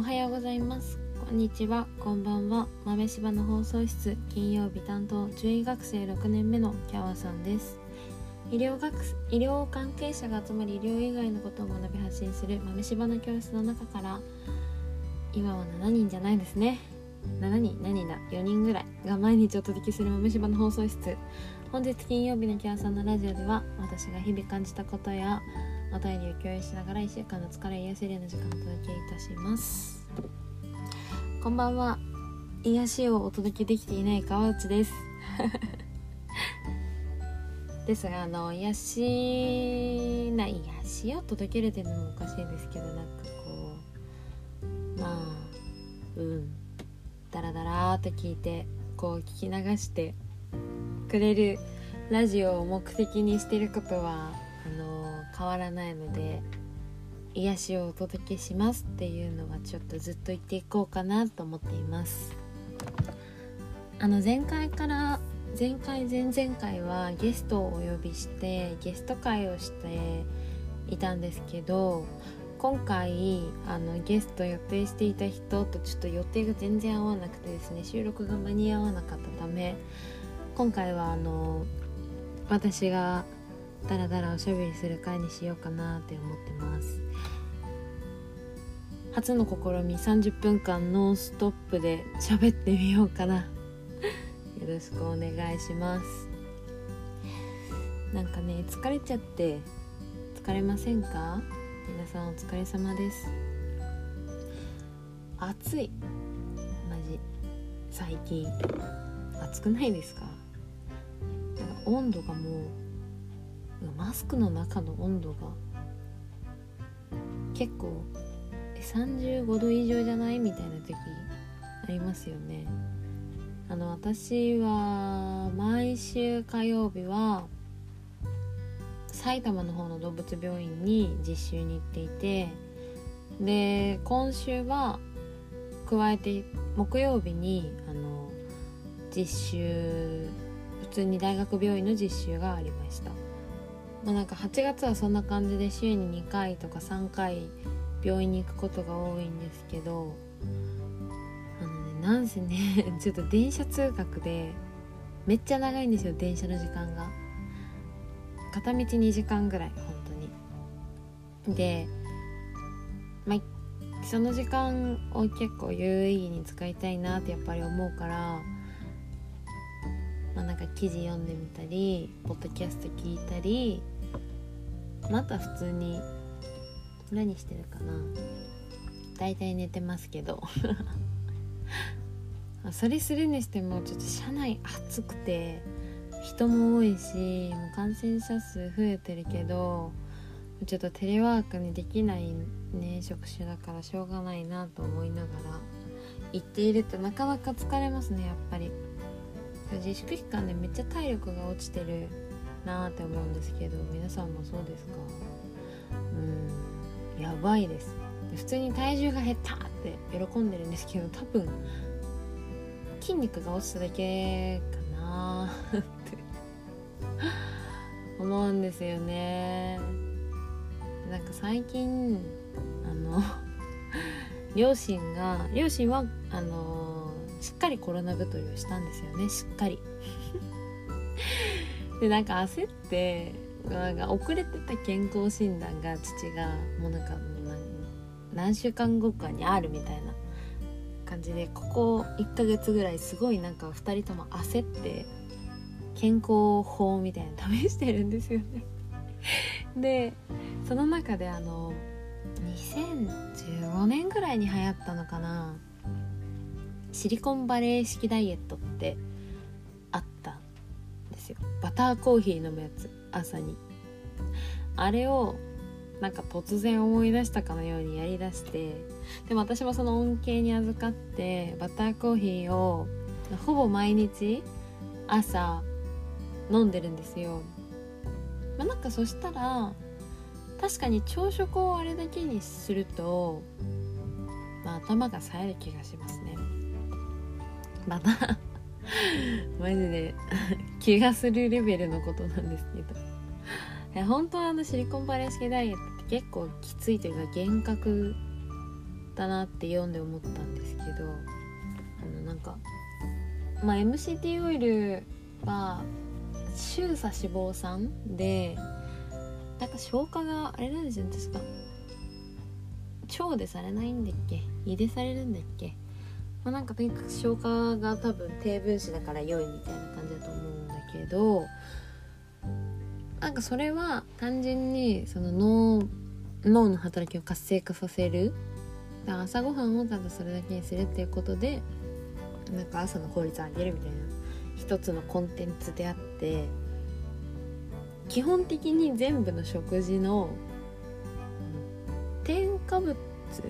はようございます。こんにちは、こんばんは。豆柴の放送室金曜日担当獣医学生6年目のキャワさんです。医療関係者が集まり医療以外のことを学び発信する豆柴の教室の中から、今は7人じゃないですね、4人ぐらいが毎日お届けする豆柴の放送室。本日金曜日のキャワさんのラジオでは、私が日々感じたことやお便りを共有しながら1週間の疲れを癒せるような時間をお届けいたします。こんばんは。癒しをお届けできていない川内ですですが、癒しを届けるっていうのもおかしいですけど、ダラダラーっと聞いて聞き流してくれるラジオを目的にしていることは変わらないので、癒しをお届けしますっていうのはちょっとずっと言っていこうかなと思っています。前回、前々回はゲストをお呼びしてゲスト会をしていたんですけど、今回ゲスト予定していた人とちょっと予定が全然合わなくてですね、収録が間に合わなかったため、今回は私がダラダラおしゃべりする回にしようかなって思ってます。初の試み、30分間ノンストップで喋ってみようかなよろしくお願いします。疲れちゃって疲れませんか？皆さんお疲れ様です。暑い、マジ最近暑くないですか？温度がもうマスクの中の温度が結構35度以上じゃないみたいな時ありますよね。私は毎週火曜日は埼玉の方の動物病院に実習に行っていて、で今週は加えて木曜日に実習、普通に大学病院の実習がありました。8月はそんな感じで週に2回とか3回病院に行くことが多いんですけど、なんせねちょっと電車通学でめっちゃ長いんですよ、電車の時間が。片道2時間ぐらい、本当に。で、その時間を結構有意義に使いたいなってやっぱり思うから、記事読んでみたりポッドキャスト聞いたり、あとは普通に何してるかな、だいたい寝てますけどそれするにしてもちょっと車内暑くて人も多いし、もう感染者数増えてるけど、ちょっとテレワークにできないね職種だからしょうがないなと思いながら行っていると、なかなか疲れますね。やっぱり自粛期間でめっちゃ体力が落ちてるなって思うんですけど、皆さんもそうですか？やばいです。普通に体重が減ったって喜んでるんですけど、多分筋肉が落ちただけかなって思うんですよね。最近両親はしっかりコロナ太りをしたんですよね。しっかりで焦って遅れてた健康診断が、父がもう何週間後かにあるみたいな感じで、ここ1ヶ月ぐらいすごい2人とも焦って健康法みたいなの試してるんですよねでその中で2015年ぐらいに流行ったのかな、シリコンバレー式ダイエットってあったんですよ。バターコーヒー飲むやつ、朝に。あれを突然思い出したかのようにやりだして、でも私もその恩恵に預かってバターコーヒーをほぼ毎日朝飲んでるんですよ。そしたら確かに朝食をあれだけにすると、頭が冴える気がしますね。マジで気がするレベルのことなんですけど、本当はシリコンバレー式ダイエットって結構きついというか厳格ったなって読んで思ったんですけど、なんかMCT オイルは中鎖脂肪酸でなんか消化があれなんですよね、確か腸でされないんだっけ、胃でされるんだっけ、なんかとにかく消化が多分低分子だから良いみたいな感じだと思うんだけど、なんかそれは単純にその脳の働きを活性化させる、だから朝ごはんをただそれだけにするっていうことでなんか朝の効率を上げるみたいな一つのコンテンツであって、基本的に全部の食事の添加物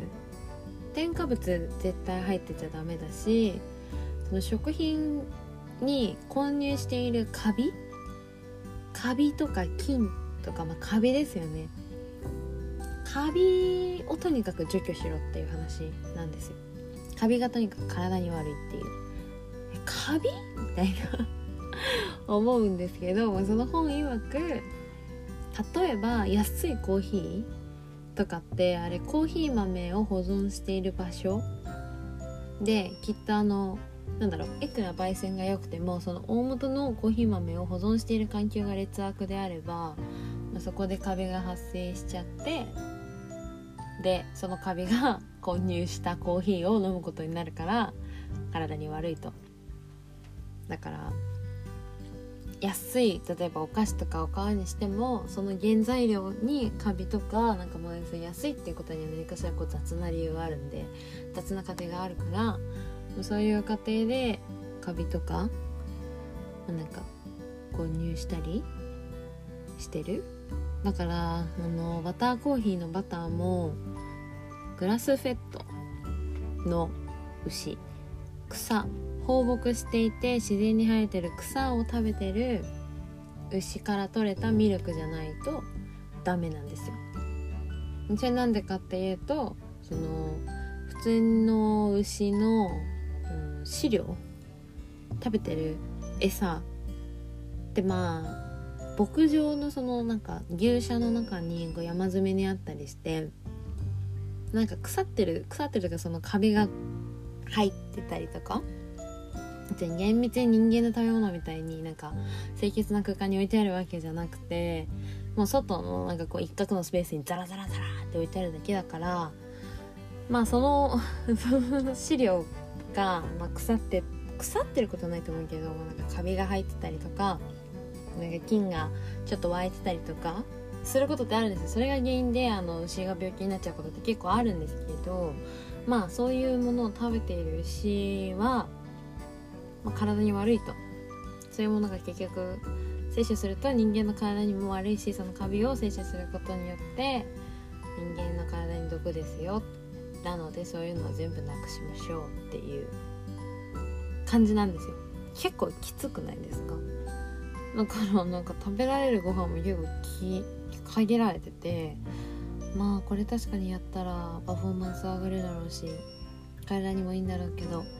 絶対入ってちゃダメだし、その食品に混入しているカビとか菌とか、カビですよね。カビをとにかく除去しろっていう話なんですよ。カビがとにかく体に悪いっていう、カビみたいな思うんですけど、その本曰く例えば安いコーヒーとかってあれコーヒー豆を保存している場所できっといくら焙煎が良くてもその大元のコーヒー豆を保存している環境が劣悪であれば、そこでカビが発生しちゃって、でそのカビが混入したコーヒーを飲むことになるから体に悪いと。だから安い例えばお菓子とかを買うにしてもその原材料にカビとかなんかもう安いっていうことには何かしら雑な理由があるんで、雑な過程があるから、そういう過程でカビとかなんか混入したりしてる。だからバターコーヒーのバターもグラスフェッドの牛、放牧していて自然に生えてる草を食べてる牛から取れたミルクじゃないとダメなんですよ。それなんでかっていうと、その普通の牛の、飼料食べてる餌って牧場のそのなんか牛舎の中に山詰めにあったりして、なんか腐ってるとかそのカビが入ってたりとか、厳密に人間の食べ物みたいになんか清潔な空間に置いてあるわけじゃなくて、もう外のなんか一角のスペースにザラザラって置いてあるだけだから、その飼料が、腐ってることはないと思うけど、なんかカビが入ってたりとか、なんか菌がちょっと湧いてたりとかすることってあるんですよ。それが原因で牛が病気になっちゃうことって結構あるんですけど、そういうものを食べている牛は、体に悪いと。そういうものが結局摂取すると人間の体にも悪いし、そのカビを摂取することによって人間の体に毒ですよ、なのでそういうのは全部なくしましょうっていう感じなんですよ。結構きつくないですか？だからなんか食べられるご飯も結構限られてて、これ確かにやったらパフォーマンス上がるだろうし体にもいいんだろうけど、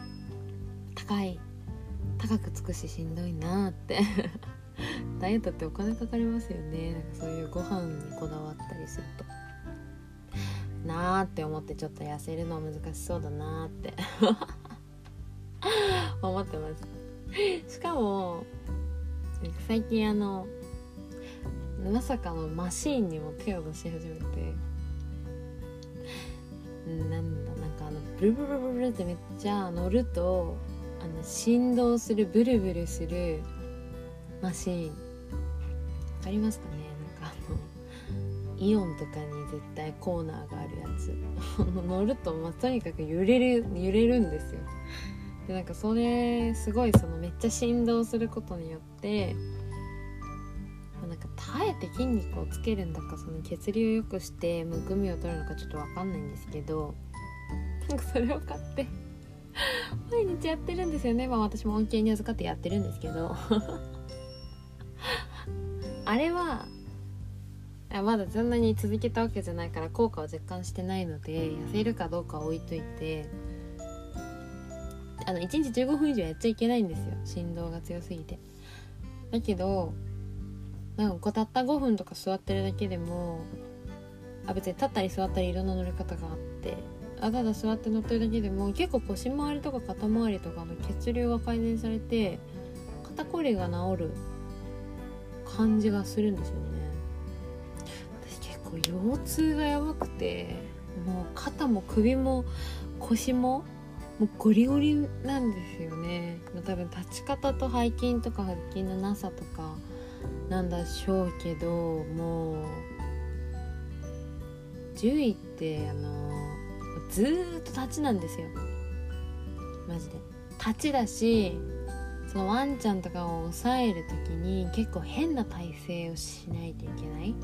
高くつくししんどいなってダイエットってお金かかりますよね。なんかそういうご飯にこだわったりするとなーって思って、ちょっと痩せるのは難しそうだなーって思ってます。しかも最近まさかのマシーンにも手を出し始めて、なんかブルブルブルってめっちゃ乗ると振動するブルブルするマシーン、わかりますかね？なんかイオンとかに絶対コーナーがあるやつ乗るととにかく揺れるんですよ。でなんかそれすごいめっちゃ振動することによってなんか耐えて筋肉をつけるんだか、その血流を良くしてむくみを取るのかちょっと分かんないんですけど、なんかそれを買って毎日やってるんですよね。私も恩恵に預かってやってるんですけどあれはまだそんなに続けたわけじゃないから効果を実感してないので痩せるかどうかは置いといて、1日15分以上やっちゃいけないんですよ、振動が強すぎて。だけどなんかたった5分とか座ってるだけでも別に立ったり座ったりいろんな乗り方があってただ座って乗ってるだけでも結構腰回りとか肩回りとかの血流が改善されて肩こりが治る感じがするんですよね。私結構腰痛がやばくて、もう肩も首も腰ももうゴリゴリなんですよね。多分立ち方と背筋とか腹筋のなさとかなんでしょうけど、もう獣医ってずーっと立ちなんですよ。マジで立ちだし、そのワンちゃんとかを抑えるときに結構変な体勢をしないといけない。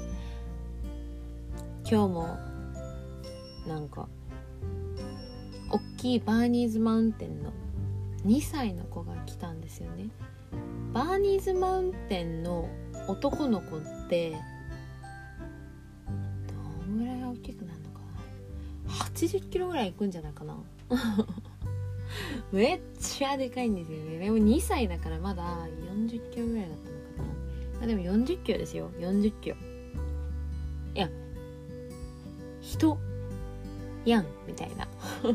今日もなんか大きいバーニーズマウンテンの2歳の子が来たんですよね。バーニーズマウンテンの男の子ってどんぐらい大きくなるのかな、80キロぐらいいくんじゃないかなめっちゃでかいんですよね。でも2歳だからまだ40キロぐらいだったのかな。でも40キロですよ、40キロ。いや人やんみたいな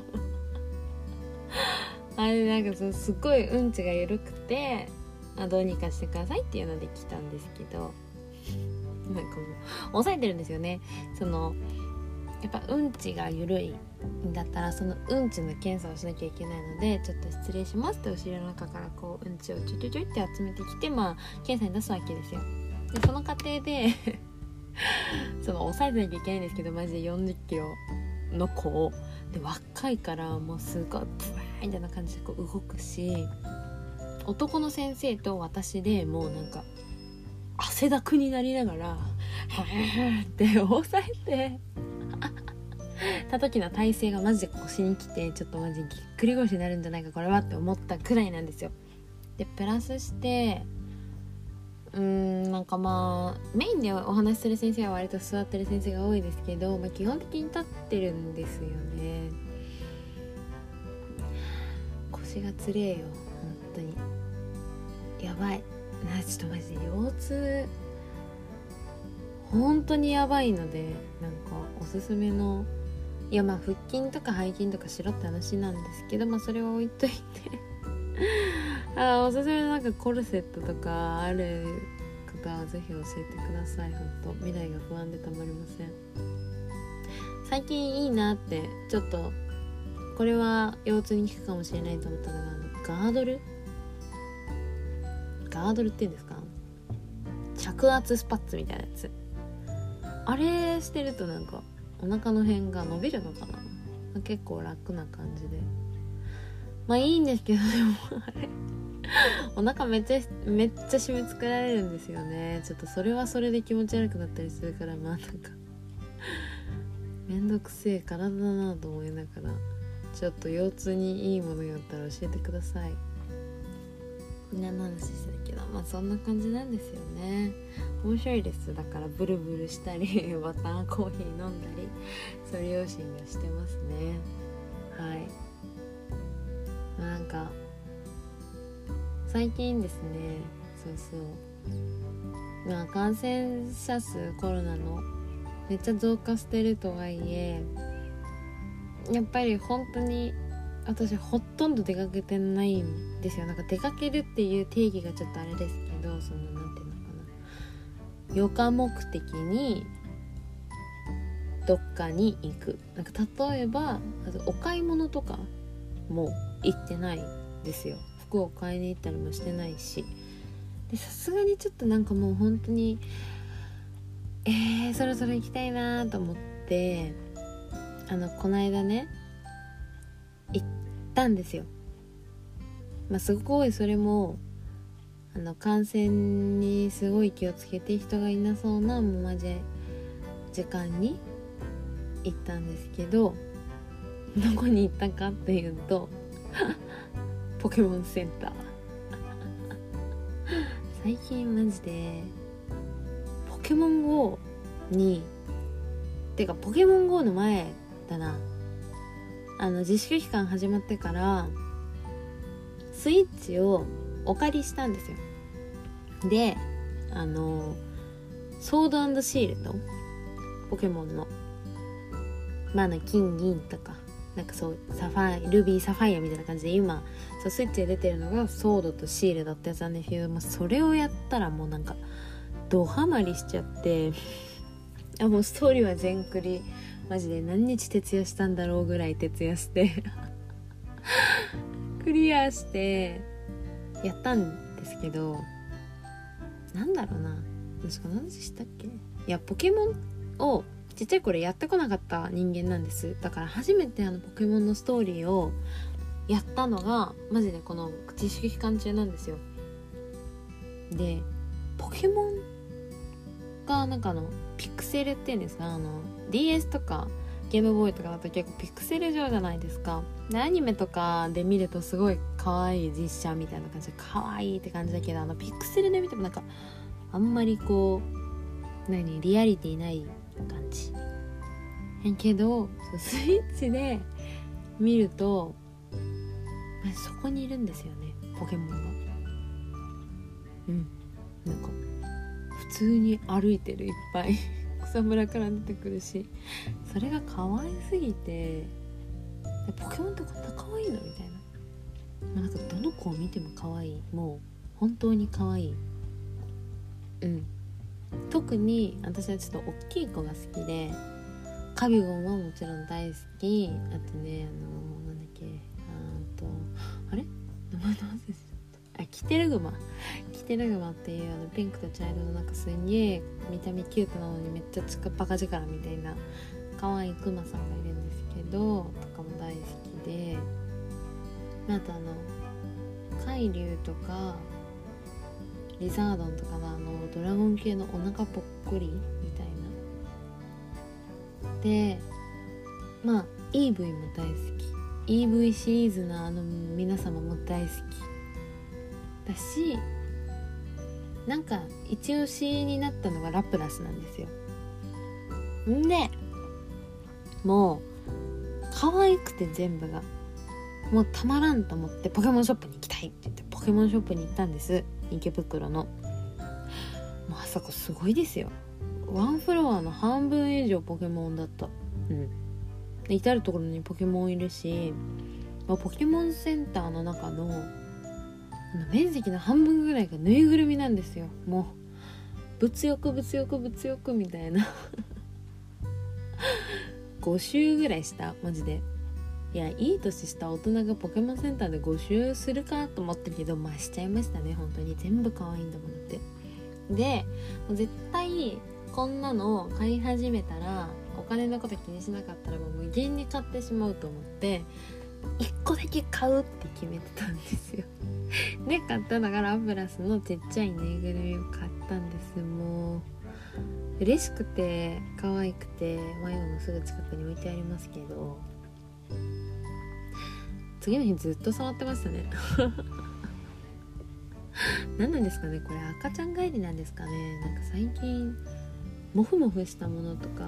あれなんかすっごいうんちが緩くてどうにかしてくださいっていうので来たんですけど、なんかもう抑えてるんですよね。やっぱうんちが緩いんだったらそのうんちの検査をしなきゃいけないので、ちょっと失礼しますってお尻の中からこううんちをちょいって集めてきて、検査に出すわけですよ。でその過程で抑えてなきゃいけないんですけど、マジで40キロの子をで若いからもうすごいブワーみたいな感じでこう動くし、男の先生と私でもうなんか汗だくになりながらって押さえてた時の体勢がマジで腰にきて、ちょっとマジでぎっくり腰になるんじゃないかこれはって思ったくらいなんですよ。でプラスしてなんかメインでお話しする先生は割と座ってる先生が多いですけど、基本的に立ってるんですよね。腰がつれえよ本当にやばいちょっとマジで腰痛本当にやばいので、なんかおすすめの腹筋とか背筋とかしろって話なんですけど、それは置いといておすすめのなんかコルセットとかある方はぜひ教えてください。本当未来が不安でたまりません。最近いいなってちょっとこれは腰痛に効くかもしれないと思ったのがガードルっていうんですか、着圧スパッツみたいなやつ、あれしてるとなんかお腹の辺が伸びるのかな、結構楽な感じでいいんですけど、でもあれお腹めっちゃ締め付けられるんですよね。ちょっとそれはそれで気持ち悪くなったりするから、なんかめんどくせえ体だなと思いながら、ちょっと腰痛にいいものがあったら教えてください。何の話してるけど、そんな感じなんですよね。面白いです。だからブルブルしたりバターコーヒー飲んだりそれ用心がしてますね。はい。なんか最近ですね、感染者数コロナのめっちゃ増加してるとはいえ、やっぱり本当に私ほとんど出かけてないんですよ。なんか出かけるっていう定義がちょっとあれですけど、なんていうのかな、余暇目的にどっかに行く、なんか例えばお買い物とかも行ってないんですよ。服を買いに行ったりもしてないし、でさすがにちょっとなんかもう本当にそろそろ行きたいなと思って、この間ね行ったんですよ。すごいそれも感染にすごい気をつけて人がいなそうなもうマジ時間に行ったんですけど、どこに行ったかっていうとポケモンセンター最近マジでポケモン GO にてかポケモン GO の前だな、自粛期間始まってからスイッチをお借りしたんですよ。でソード&シールドポケモンの金銀とかなんかそうルビーサファイアみたいな感じで今そうスイッチで出てるのがソードとシールドってやつなんですけど、それをやったらもうなんかドハマりしちゃってもうストーリーは全クリ、マジで何日徹夜したんだろうぐらい徹夜してクリアしてやったんですけど、なんだろうな、私この話したっけ。いやポケモンをちっちゃい頃やってこなかった人間なんです。だから初めてポケモンのストーリーをやったのがマジでこの自粛期間中なんですよ。でポケモンがなんかピクセルっていうんですか、DS とかゲームボーイとかだと結構ピクセル上じゃないですか。でアニメとかで見るとすごい可愛い実写みたいな感じで可愛いって感じだけど、ピクセルで見てもなんかあんまりこうリアリティない感じやけど、スイッチで見るとそこにいるんですよね、ポケモンが。なんか普通に歩いてる、いっぱい草むらから出てくるし、それが可愛すぎて、ポケモンってこんな可愛いのみたいな、なんかどの子を見ても可愛い、もう本当に可愛い。特に私はちょっと大きい子が好きで、カビゴンはもちろん大好き。あとねなんだっけ、あれ名前どうせキテルグマっていうピンクと茶色のなんかすんげえ見た目キュートなのにめっちゃバカ力みたいな可愛いクマさんがいるんですけどとかも大好きで、あと海竜とかリザードンとかのドラゴン系のお腹ぽっこりみたいなで、EV も大好き、 EV シリーズの皆様も大好きだし、なんか一押しになったのがラプラスなんですよ。んでもう可愛くて全部がもうたまらんと思ってポケモンショップに行きたいって言ってポケモンショップに行ったんです。池袋の。もうあそこすごいですよ。ワンフロアの半分以上ポケモンだった。で至る所にポケモンいるし、ポケモンセンターの中の面積の半分ぐらいがぬいぐるみなんですよ。もう物欲みたいな5周ぐらいしたマジで。いやいい年した大人がポケモンセンターで5周するかと思ったけど、しちゃいましたね。本当に全部可愛いんだもんって。で絶対こんなの買い始めたらお金のこと気にしなかったらもう無限に買ってしまうと思って1個だけ買うって決めてたんですよで買ったのがラプラスのちっちゃいぬいぐるみを買ったんです。もう嬉しくて可愛くて、今もすぐ近くに置いてありますけど、次の日ずっと触ってましたね何なんですかねこれ、赤ちゃん帰りなんですかね。なんか最近モフモフしたものとか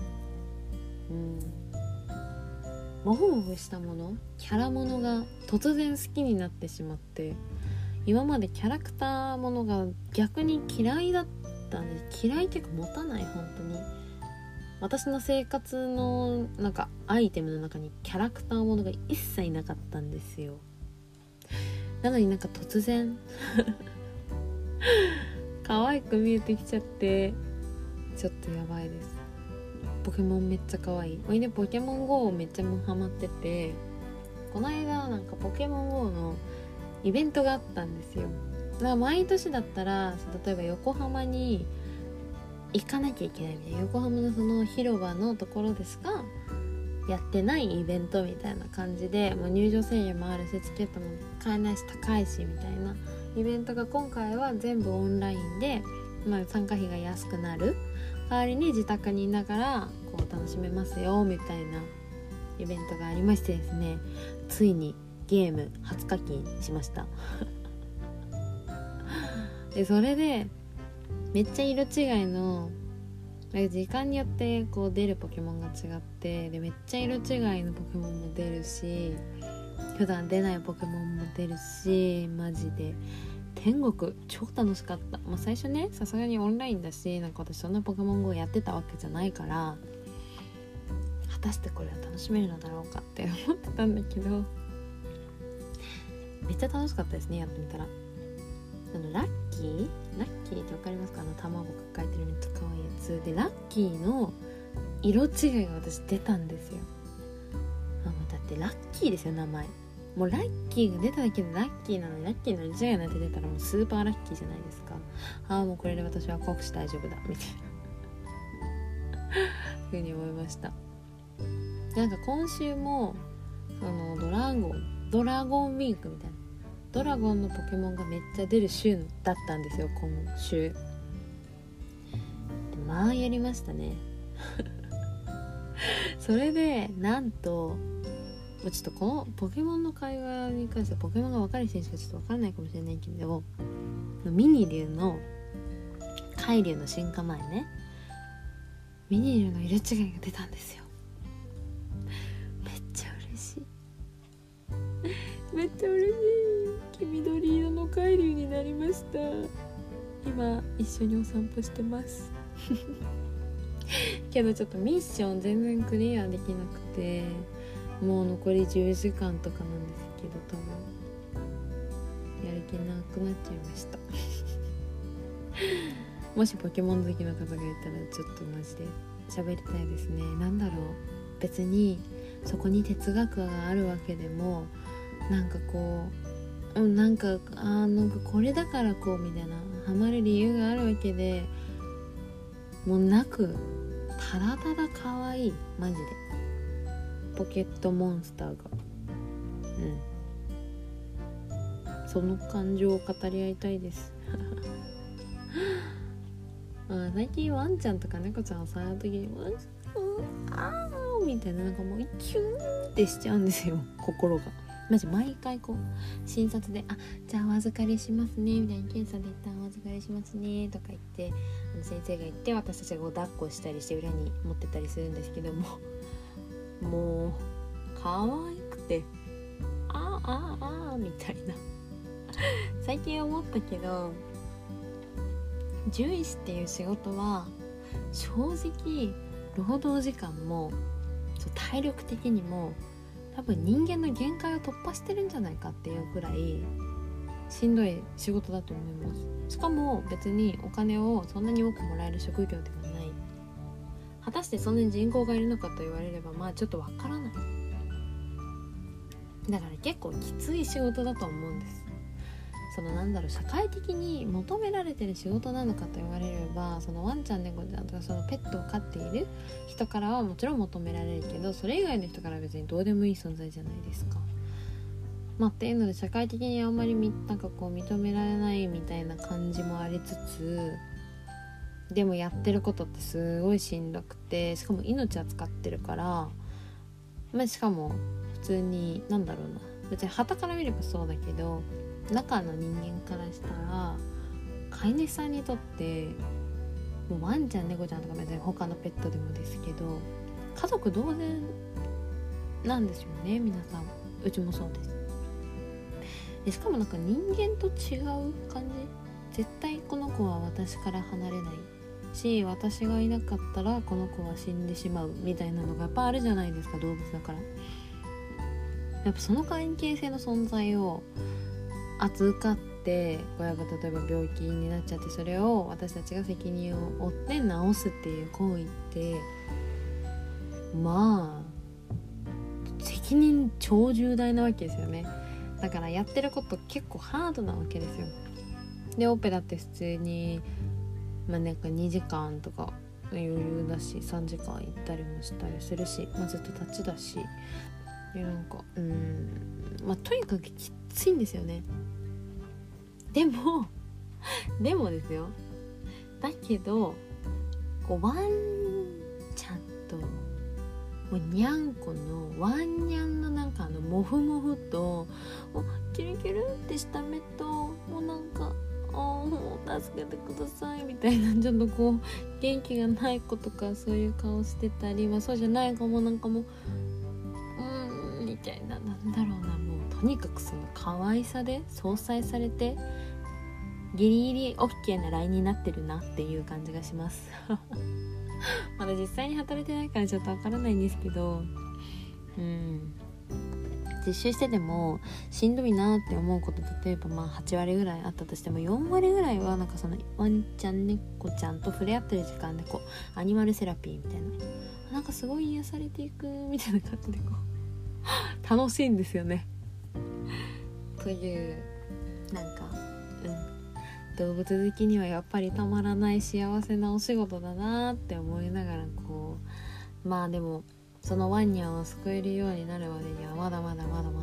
モフモフしたもの、キャラものが突然好きになってしまって、今までキャラクターものが逆に嫌いだったんで、嫌いっていうか持たない、本当に私の生活のなんかアイテムの中にキャラクターものが一切なかったんですよ。なのになんか突然可愛く見えてきちゃってちょっとやばいです。ポケモンめっちゃ可愛い。おいでポケモン GO めっちゃハマってて、この間なんかポケモン GO のイベントがあったんですよ。だから毎年だったら例えば横浜に行かなきゃいけないみたいな、横浜のその広場のところでしかやってないイベントみたいな感じで、もう入場制限もあるしチケットも買えないし高いしみたいなイベントが今回は全部オンラインで、参加費が安くなる代わりに自宅にいながらこう楽しめますよみたいなイベントがありましてですね、ついにゲーム初課金しましたでそれでめっちゃ色違いの時間によってこう出るポケモンが違って、でめっちゃ色違いのポケモンも出るし普段出ないポケモンも出るし、マジで天国超楽しかった。最初ねさすがにオンラインだし、なんか私そんなポケモン GO やってたわけじゃないから果たしてこれは楽しめるのだろうかって思ってたんだけど、めっちゃ楽しかったですね。やってみたらラッキーってわかりますか？卵抱えてるめっちゃ可愛いやつで、ラッキーの色違いが私出たんですよ。だってラッキーですよ、名前。もうラッキーが出ただけでラッキーなのに、ラッキーの色違いなんて出たらもうスーパーラッキーじゃないですか。もうこれで私は国士大丈夫だみたいなふうに思いました。なんか今週もドラゴンウィークみたいな、ドラゴンのポケモンがめっちゃ出る週だったんですよ、今週で。やりましたねそれでなんとちょっとこのポケモンの会話に関してはポケモンが分かる人にしかちょっと分からないかもしれないけど、ミニ竜の海竜の進化前ね、ミニ竜の色違いが出たんですよ。めっちゃ嬉しいめっちゃ嬉しい。黄緑色の海竜になりました。今一緒にお散歩してますけどちょっとミッション全然クリアできなくて、もう残り10時間とかなんですけど、多分やる気なくなっちゃいましたもしポケモン好きの方がいたらちょっとマジで喋りたいですね。なんだろう、別にそこに哲学があるわけでも、なんかこうなんかこれだからこうみたいなハマる理由があるわけでもうなく、ただただ可愛い、マジでポケットモンスターがその感情を語り合いたいです最近ワンちゃんとか猫ちゃんを触るときにみたいな、なんかもうキューってしちゃうんですよ、心が。マジ毎回こう診察でじゃあお預かりしますねみたいな、検査で一旦お預かりしますねとか言って先生が言って、私たちがこう抱っこしたりして裏に持ってったりするんですけどもう可愛くてみたいな最近思ったけど、獣医師っていう仕事は正直労働時間も体力的にも多分人間の限界を突破してるんじゃないかっていうくらいしんどい仕事だと思います。しかも別にお金をそんなに多くもらえる職業ではない。果たしてそんなに人口がいるのかと言われればちょっとわからない。だから結構きつい仕事だと思うんです。社会的に求められてる仕事なのかと言われれば、ワンちゃん猫ちゃんとかペットを飼っている人からはもちろん求められるけど、それ以外の人からは別にどうでもいい存在じゃないですか。っていうので社会的にあんまり認められないみたいな感じもありつつ、でもやってることってすごいしんどくて、しかも命扱ってるから、しかも普通に別に傍から見ればそうだけど、中の人間からしたら飼い主さんにとってもうワンちゃん猫ちゃんとか別に他のペットでもですけど家族同然なんですよね、皆さん。うちもそうです。でしかも人間と違う感じ、絶対この子は私から離れないし、私がいなかったらこの子は死んでしまうみたいなのがやっぱあるじゃないですか、動物だから。やっぱその関係性の存在を預かって、例えば病気になっちゃって、それを私たちが責任を負って治すっていう行為って責任超重大なわけですよね。だからやってること結構ハードなわけですよ。でオペだって普通に2時間とか余裕だし、3時間行ったりもしたりするし、ずっと立ちだし、とにかくきついんですよね。でもですよ、だけどワンちゃんとにゃんこのワンニャンのモフモフとキュルキュルってした目ともう助けてくださいみたいな、ちょっと元気がない子とかそういう顔してたり、そうじゃない子もみたいな、もうとにかくその可愛さで相殺されてギリギリ OK なラインになってるなっていう感じがしますまだ実際に働いてないからちょっとわからないんですけど、実習しててもしんどいなって思うこと、例えば8割ぐらいあったとしても4割ぐらいはなんかそのワンちゃん猫ちゃんと触れ合ってる時間でアニマルセラピーみたいな、なんかすごい癒されていくみたいな感じで楽しいんですよねというなんか動物好きにはやっぱりたまらない幸せなお仕事だなって思いながらでもそのワンニャンを救えるようになるまでにはまだまだ何も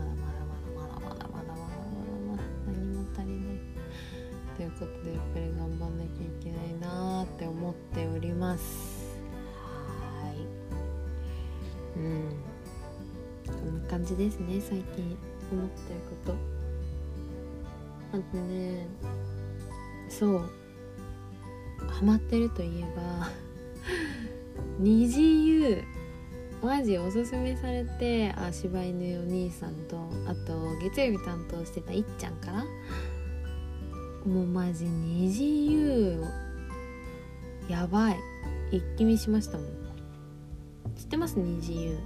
足りないということで、やっぱり頑張んなきゃいけないなって思っております。こんな感じですね、最近思ってること。あとね、そうハマってるといえば虹湯マジおすすめされて、柴犬お兄さんとあと月曜日担当してたいっちゃんからもうマジ虹湯やばい一気見しましたもん。知ってます？虹湯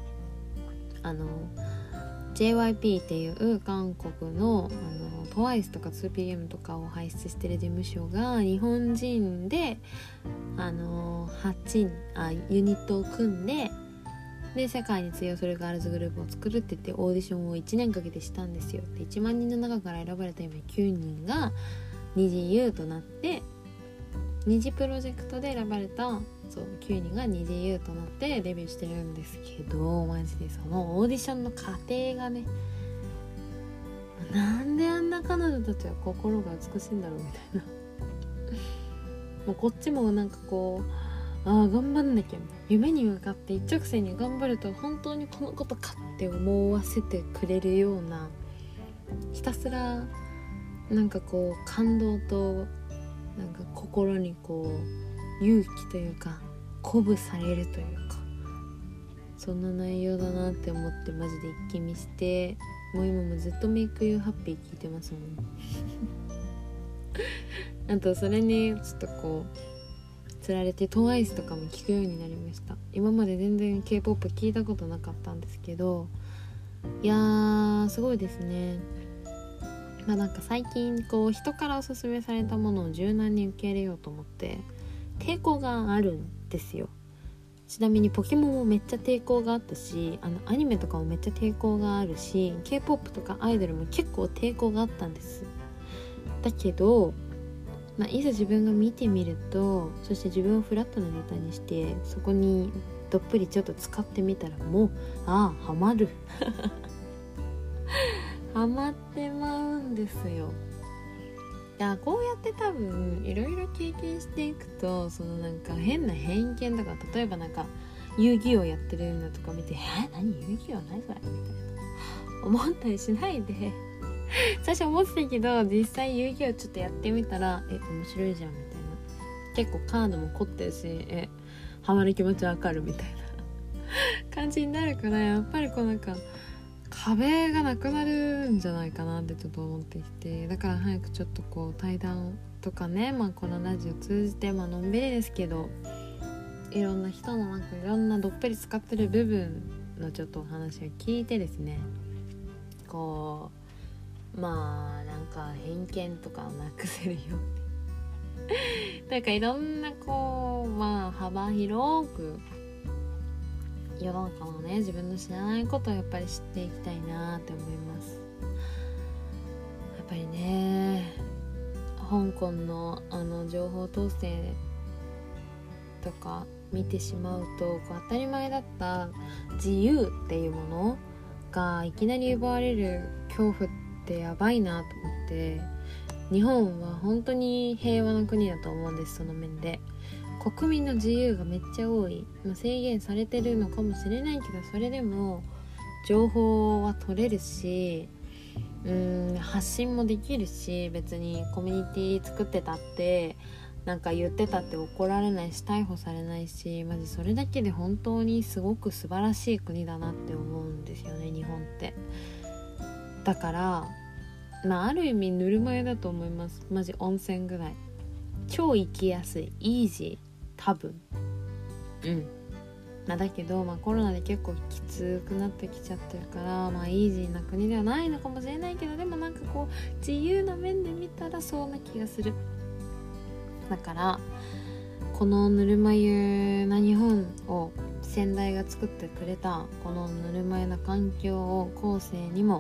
JYP っていう韓国のTWICE とか 2PM とかを輩出してる事務所が日本人でユニットを組んで世界に通用するガールズグループを作るって言ってオーディションを1年かけてしたんですよ。で1万人の中から選ばれた今9人が虹湯となって、虹プロジェクトで選ばれた9人が虹湯となってデビューしてるんですけど、マジでそのオーディションの過程がね、なんであんな彼女たちは心が美しいんだろうみたいなもうこっちもなんか頑張んなきゃ、夢に向かって一直線に頑張ると本当にこのことかって思わせてくれるような、ひたすらなんか感動となんか心に勇気というか鼓舞されるというか、そんな内容だなって思ってマジで一気見して、もう今もずっとメイクユーハッピー聞いてますもんあとそれにちょっとつられて TWICE とかも聞くようになりました。今まで全然 K-POP 聞いたことなかったんですけど、いやーすごいですね。なんか最近人からおすすめされたものを柔軟に受け入れようと思って抵抗があるんですよ。ちなみにポケモンもめっちゃ抵抗があったし、アニメとかもめっちゃ抵抗があるし、 K-POP とかアイドルも結構抵抗があったんです。だけどいざ自分が見てみると、そして自分をフラットなネタにしてそこにどっぷりちょっと使ってみたら、もうハマるハマってまうんですよ。こうやって多分いろいろ経験していくと、なんか変な偏見とか、例えばなんか遊戯王やってるのとか見て何遊戯王何それみたいな思ったりしないで最初思ってたけど、実際遊戯王ちょっとやってみたら面白いじゃんみたいな、結構カードも凝ってるしハマる気持ちわかるみたいな感じになるから、やっぱりなんか壁がなくなるんじゃないかなってちょっと思ってきて、だから早くちょっと対談とかね、このラジオ通じてのんびりですけど、いろんな人のなんかいろんなどっぷり使ってる部分のちょっとお話を聞いてですね、なんか偏見とかをなくせるようになんかいろんな幅広く世の中のね、自分の知らないことをやっぱり知っていきたいなって思います。やっぱりね、香港の情報統制とか見てしまうと、当たり前だった自由っていうものがいきなり奪われる恐怖ってやばいなと思って、日本は本当に平和な国だと思うんです。その面で国民の自由がめっちゃ多い、制限されてるのかもしれないけど、それでも情報は取れるし、発信もできるし、別にコミュニティ作ってたってなんか言ってたって怒られないし、逮捕されないし、マジそれだけで本当にすごく素晴らしい国だなって思うんですよね、日本って。だからある意味ぬるま湯だと思います。マジ温泉ぐらい超行きやすい、イージー、多分だけど、コロナで結構きつくなってきちゃってるから、イージーな国ではないのかもしれないけど、でも自由な面で見たらそうな気がする。だからこのぬるま湯な日本を先代が作ってくれたこのぬるま湯な環境を後世にも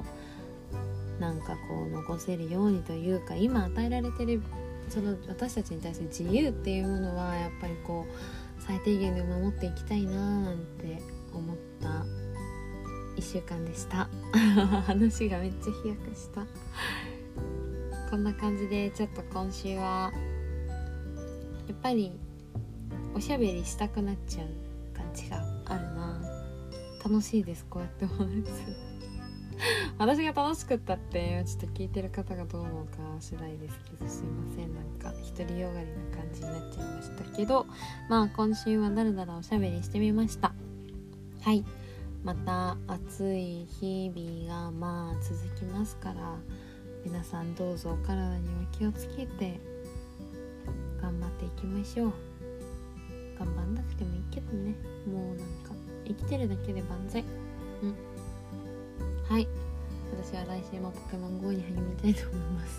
残せるようにというか、今与えられてるその私たちに対する自由っていうものはやっぱり最低限で守っていきたいななんて思った1週間でした話がめっちゃ飛躍した。こんな感じでちょっと今週はやっぱりおしゃべりしたくなっちゃう感じがあるな。楽しいです、こうやってお話する私が楽しくったってちょっと聞いてる方がどう思うか次第ですけど、すいません、独りよがりな感じになっちゃいましたけど、今週はだらだらおしゃべりしてみました。はい、また暑い日々が続きますから、皆さんどうぞお体には気をつけて頑張っていきましょう。頑張んなくてもいいけどね、もう生きてるだけで万歳。はい、私は来週もポケモン GO に励みたいと思います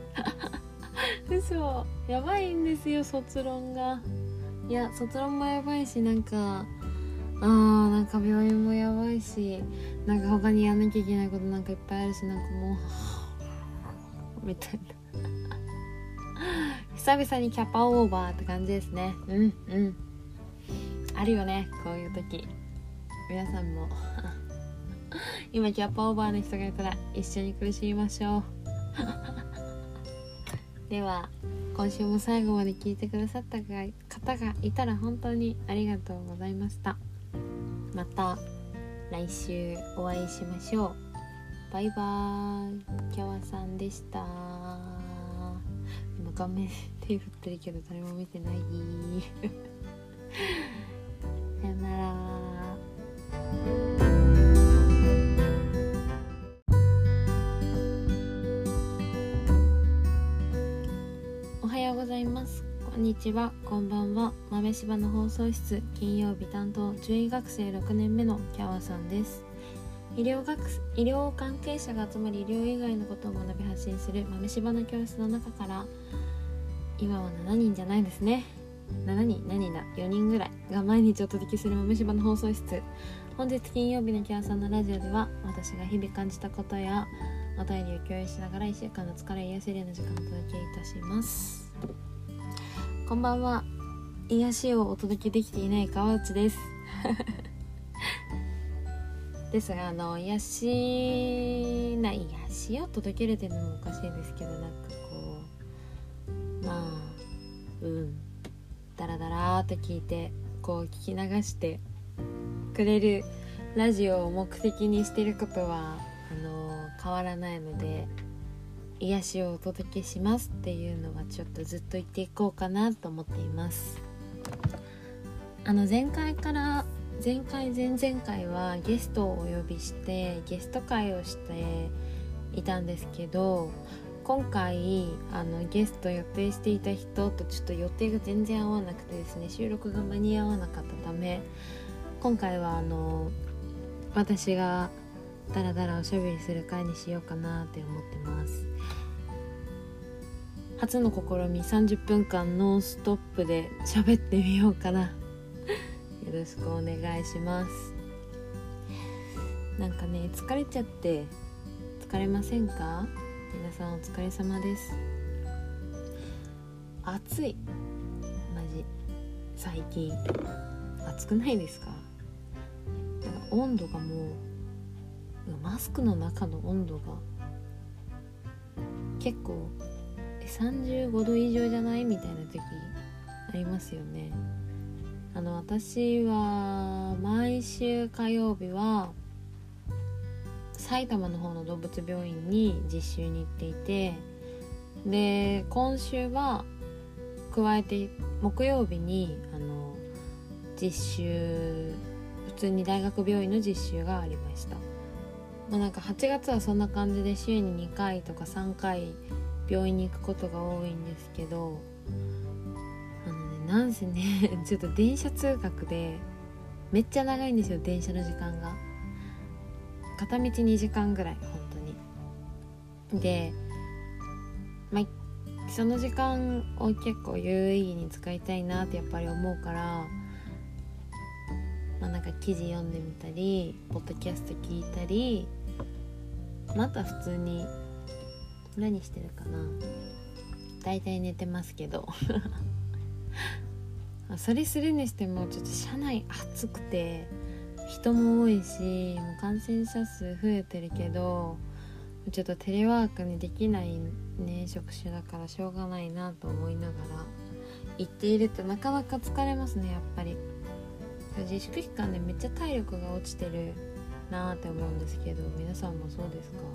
嘘、やばいんですよ、卒論が。いや、卒論もやばいし、病院もやばいし、他にやんなきゃいけないこといっぱいあるし、もうみたいな久々にキャパオーバーって感じですね。あるよね、こういう時。皆さんも今キャパオーバーの人がいたら一緒に苦しみましょうでは今週も最後まで聞いてくださった方がいたら本当にありがとうございました。また来週お会いしましょう。バイバーイ。キャワさんでした。今画面手振ってるけど誰も見てないさよなら。おはようございます、こんにちは、こんばんは。豆柴の放送室金曜日担当獣医学生6年目のキャワさんです。医療関係者が集まり医療以外のことを学び発信する豆柴の教室の中から、今は7人じゃないですね、4人ぐらいが毎日お届けする豆柴の放送室。本日金曜日のキャワさんのラジオでは、私が日々感じたことやお便りを共有しながら1週間の疲れを癒せるような時間をお届けいたします。こんばんは。癒しをお届けできていない川内ですですが癒しを届けるっていうのもおかしいですけど、ダラダラーと聞いて聞き流してくれるラジオを目的にしていることは変わらないので、癒しをお届けしますっていうのはちょっとずっと言っていこうかなと思っています。前回前々回はゲストをお呼びしてゲスト会をしていたんですけど、今回ゲスト予定していた人とちょっと予定が全然合わなくてですね、収録が間に合わなかったため、今回は私がだらだらおしゃべりする回にしようかなって思ってます。初の試み、30分間ノンストップで喋ってみようかなよろしくお願いします。疲れちゃって、疲れませんか？皆さんお疲れ様です。暑い、マジ最近暑くないですか？温度がもうマスクの中の温度が結構35度以上じゃないみたいな時ありますよね。私は毎週火曜日は埼玉の方の動物病院に実習に行っていて、で今週は加えて木曜日に実習、普通に大学病院の実習がありました。8月はそんな感じで週に2回とか3回病院に行くことが多いんですけど、 なんせねちょっと電車通学でめっちゃ長いんですよ、電車の時間が。片道2時間ぐらい本当に。で、その時間を結構有意義に使いたいなってやっぱり思うから、なんか記事読んでみたりポッドキャスト聞いたり、あとは普通に何してるかな、だいたい寝てますけどそれするにしてもちょっと車内暑くて人も多いし、もう感染者数増えてるけどちょっとテレワークにできないね職種だからしょうがないなと思いながら行っていると、なかなか疲れますねやっぱり。自粛期間でめっちゃ体力が落ちてるなって思うんですけど、皆さんもそうですか？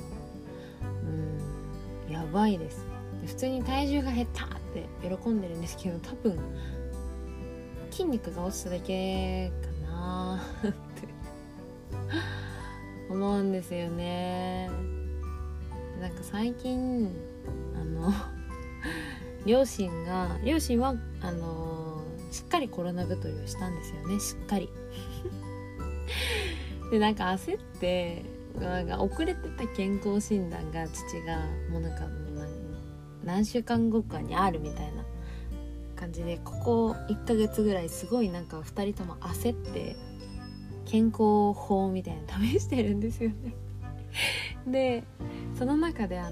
やばいです。普通に体重が減ったって喜んでるんですけど、多分筋肉が落ちただけかなって思うんですよね。なんか最近両親はしっかりコロナ太りをしたんですよね、しっかりでなんか焦って、なんか遅れてた健康診断が父がもうなんか何週間後かにあるみたいな感じで、ここ1ヶ月ぐらいすごいなんか2人とも焦って健康法みたいなの試してるんですよねでその中で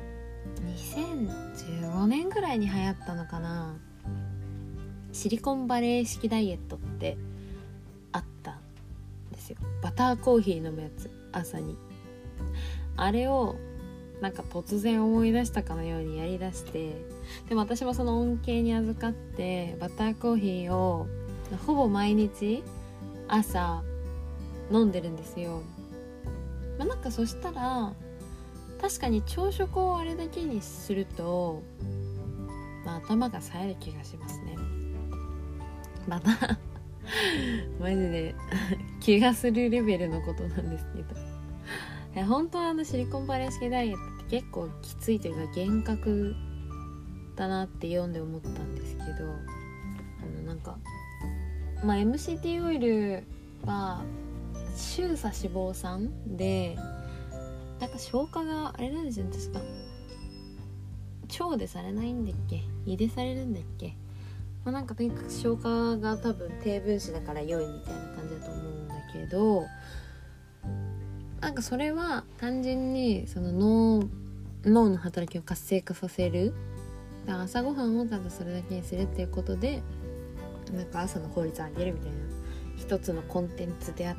2015年ぐらいに流行ったのかな、シリコンバレー式ダイエットってあったんですよ。バターコーヒー飲むやつ、朝に。あれをなんか突然思い出したかのようにやりだして、でも私もその恩恵に預かってバターコーヒーをほぼ毎日朝飲んでるんですよ。なんかそしたら確かに朝食をあれだけにすると、頭が冴える気がしますね。マジで気がするレベルのことなんですけど、本当はシリコンバレー式ダイエットって結構きついというか厳格だなって読んで思ったんですけど、なんかMCT オイルは中鎖脂肪酸でなんか消化があれなんですよね、確か腸でされないんだっけ、胃でされるんだっけ、なんかとにかく消化が多分低分子だから良いみたいな感じだと思うんだけど、なんかそれは単純にその脳の働きを活性化させる、だから朝ごはんをただそれだけにするっていうことでなんか朝の効率を上げるみたいな一つのコンテンツであって、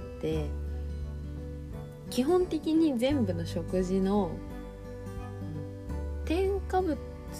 基本的に全部の食事の添加物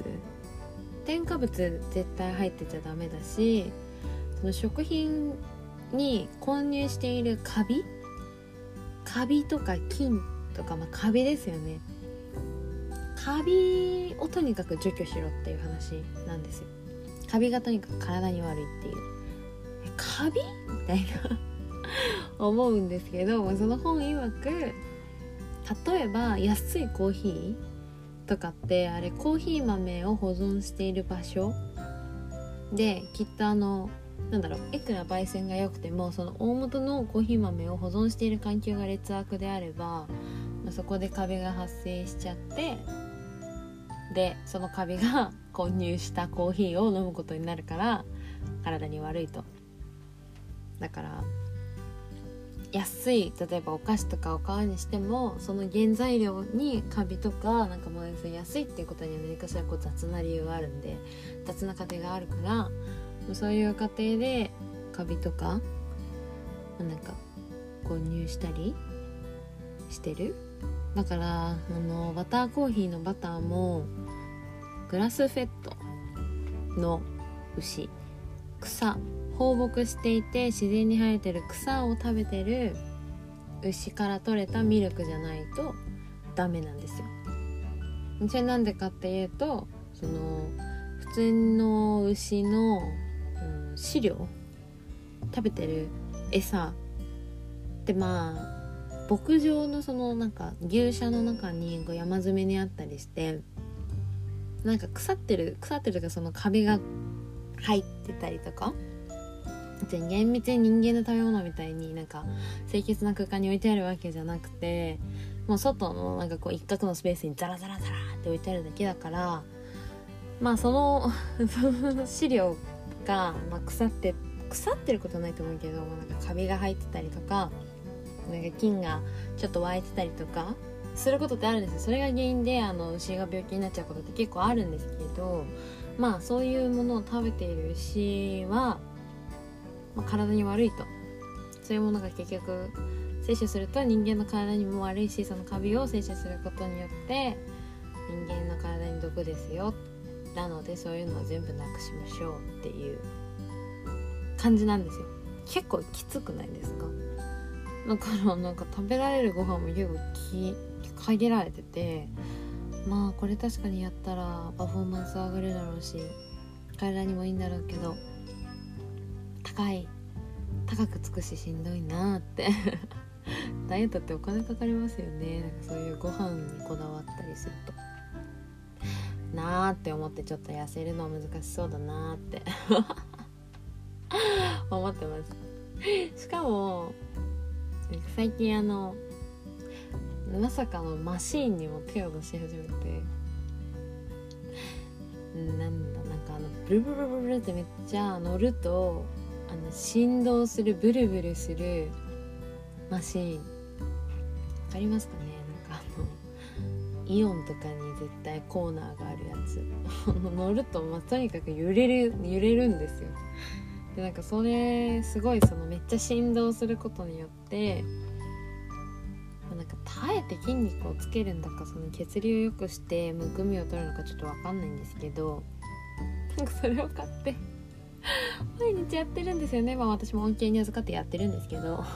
絶対入ってちゃダメだし、その食品に混入しているカビとか菌とか、カビですよね。カビをとにかく除去しろっていう話なんですよ。カビがとにかく体に悪いっていう、カビみたいな思うんですけど、その本曰く例えば安いコーヒーとかってあれコーヒー豆を保存している場所できっといくら焙煎が良くてもその大元のコーヒー豆を保存している環境が劣悪であれば、そこでカビが発生しちゃって、でそのカビが混入したコーヒーを飲むことになるから体に悪いと。だから安い例えばお菓子とかを買うにしても、その原材料にカビとかなんか安いっていうことには何かしら雑な理由があるんで、雑な過程があるから、そういう過程でカビとかなんか混入したりしてる。だからバターコーヒーのバターもグラスフェットの牛、放牧していて自然に生えてる草を食べてる牛から取れたミルクじゃないとダメなんですよ。それなんでかっていうと、その普通の牛の、飼料食べてる餌って牧場のそのなんか牛舎の中に山積みにあったりして、なんか腐ってるかそのカビが入ってたりとか、厳密に人間の食べ物みたいになんか清潔な空間に置いてあるわけじゃなくて、もう外のなんかこう一角のスペースにザラザラザラって置いてあるだけだから、まあその飼料が、腐ってることはないと思うけど、なんかカビが入ってたりとか、なんか菌がちょっと湧いてたりとかすることってあるんですよ。それが原因で牛が病気になっちゃうことって結構あるんですけど、まあそういうものを食べている牛は、体に悪いと、そういうものが結局摂取すると人間の体にも悪いし、そのカビを摂取することによって人間の体に毒ですよ、なのでそういうのを全部なくしましょうっていう感じなんですよ。結構きつくないですか？だからなんか食べられるご飯も結構限られてて、まあこれ確かにやったらパフォーマンス上がるだろうし体にもいいんだろうけど、高くつくししんどいなってダイエットってお金かかりますよね。なんかそういうご飯にこだわったりするとなーって思って、ちょっと痩せるのは難しそうだなーって思ってます。しかも最近まさかのマシーンにも手を出し始めて、ブルブルブルブルってめっちゃ乗ると振動する、ブルブルするマシーン、わかりますかね？なんかイオンとかに絶対コーナーがあるやつ乗ると、とにかく揺れるんですよ。でなんかそれすごいめっちゃ振動することによってなんか耐えて筋肉をつけるんだか、その血流を良くしてむくみを取るのかちょっと分かんないんですけど、なんかそれを買って毎日やってるんですよね。私も恩恵に預かってやってるんですけど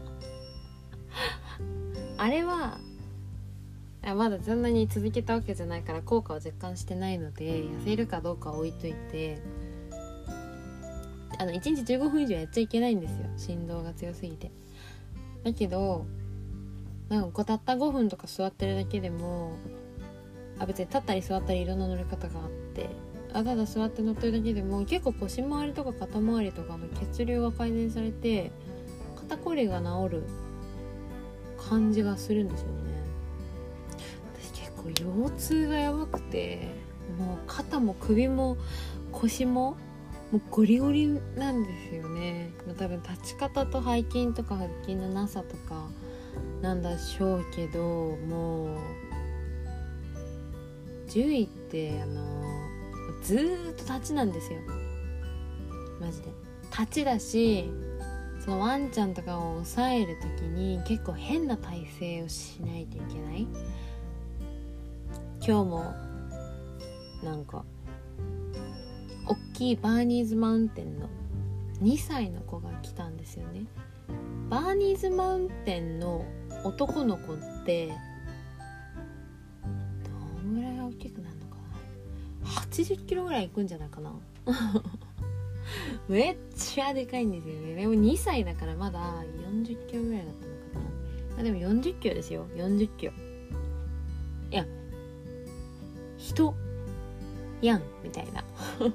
あれはまだそんなに続けたわけじゃないから効果を実感してないので、痩せるかどうかは置いといて、1日15分以上やっちゃいけないんですよ、振動が強すぎて。だけどなんかたった5分とか座ってるだけでも、別に立ったり座ったりいろんな乗り方があって、ただ座って乗ってるだけでも結構腰回りとか肩回りとかの血流が改善されて肩こりが治る感じがするんですよね。私結構腰痛がやばくて、もう肩も首も腰もうゴリゴリなんですよね。多分立ち方と背筋とか腹筋のなさとかなんでしょうけど、もう獣医ってずーっと立ちなんですよ、マジで。立ちだし、そのワンちゃんとかを抑えるときに結構変な体勢をしないといけない。今日もなんか大きいバーニーズマウンテンの2歳の子が来たんですよね。バーニーズマウンテンの男の子ってどんぐらい大きくなるのかな、80キロぐらいいくんじゃないかなめっちゃでかいんですよね。でも2歳だからまだ40キロぐらいだったのかな。でも40キロですよ、40キロ。いや人やんみたいな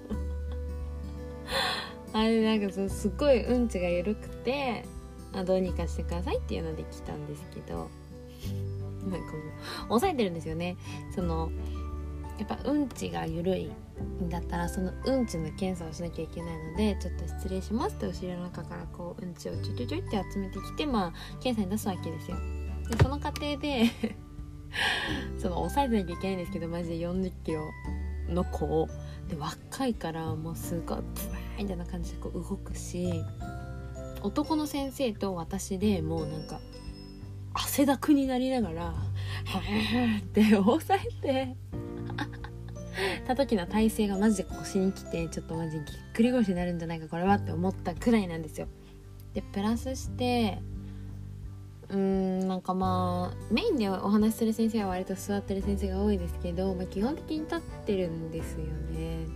あれなんかすっごいうんちが緩くて、どうにかしてくださいっていうので来たんですけど、なんかもう抑えてるんですよね。やっぱうんちが緩いんだったらそのうんちの検査をしなきゃいけないので、ちょっと失礼しますって後ろの中からこううんちをちょいって集めてきて、検査に出すわけですよ。でその過程で抑えてなきゃいけないんですけど、マジで40キロの子で若いからもうすごいブワーみたいな感じでこう動くし、男の先生と私でもうなんか汗だくになりながらはーって押さえてた時の体勢がマジで腰にきて、ちょっとマジぎっくり腰になるんじゃないかこれはって思ったくらいなんですよ。でプラスしてなんかメインでお話しする先生は割と座ってる先生が多いですけど、基本的に立ってるんですよね。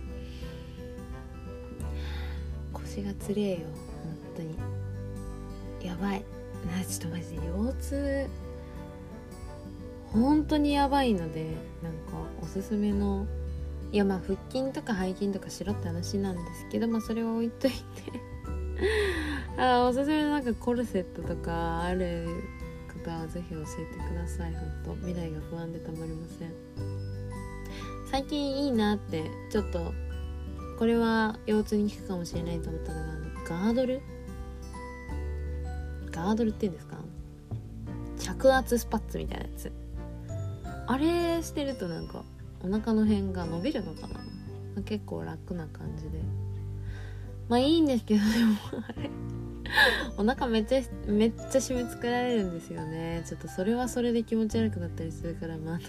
腰がつれえよ本当にやばいな。ちょっとマジで腰痛本当にやばいので、なんかおすすめのいやまあ腹筋とか背筋とかしろって話なんですけど、それは置いといておすすめのなんかコルセットとかある方はぜひ教えてください。本当未来が不安でたまりません。最近いいなってちょっとこれは腰痛に効くかもしれないと思ったのがガードルっていうんですか、着圧スパッツみたいなやつ、あれしてるとなんかお腹の辺が伸びるのかな、結構楽な感じでいいんですけど、でもあれお腹めっちゃ締め付けられるんですよね。ちょっとそれはそれで気持ち悪くなったりするから、なんか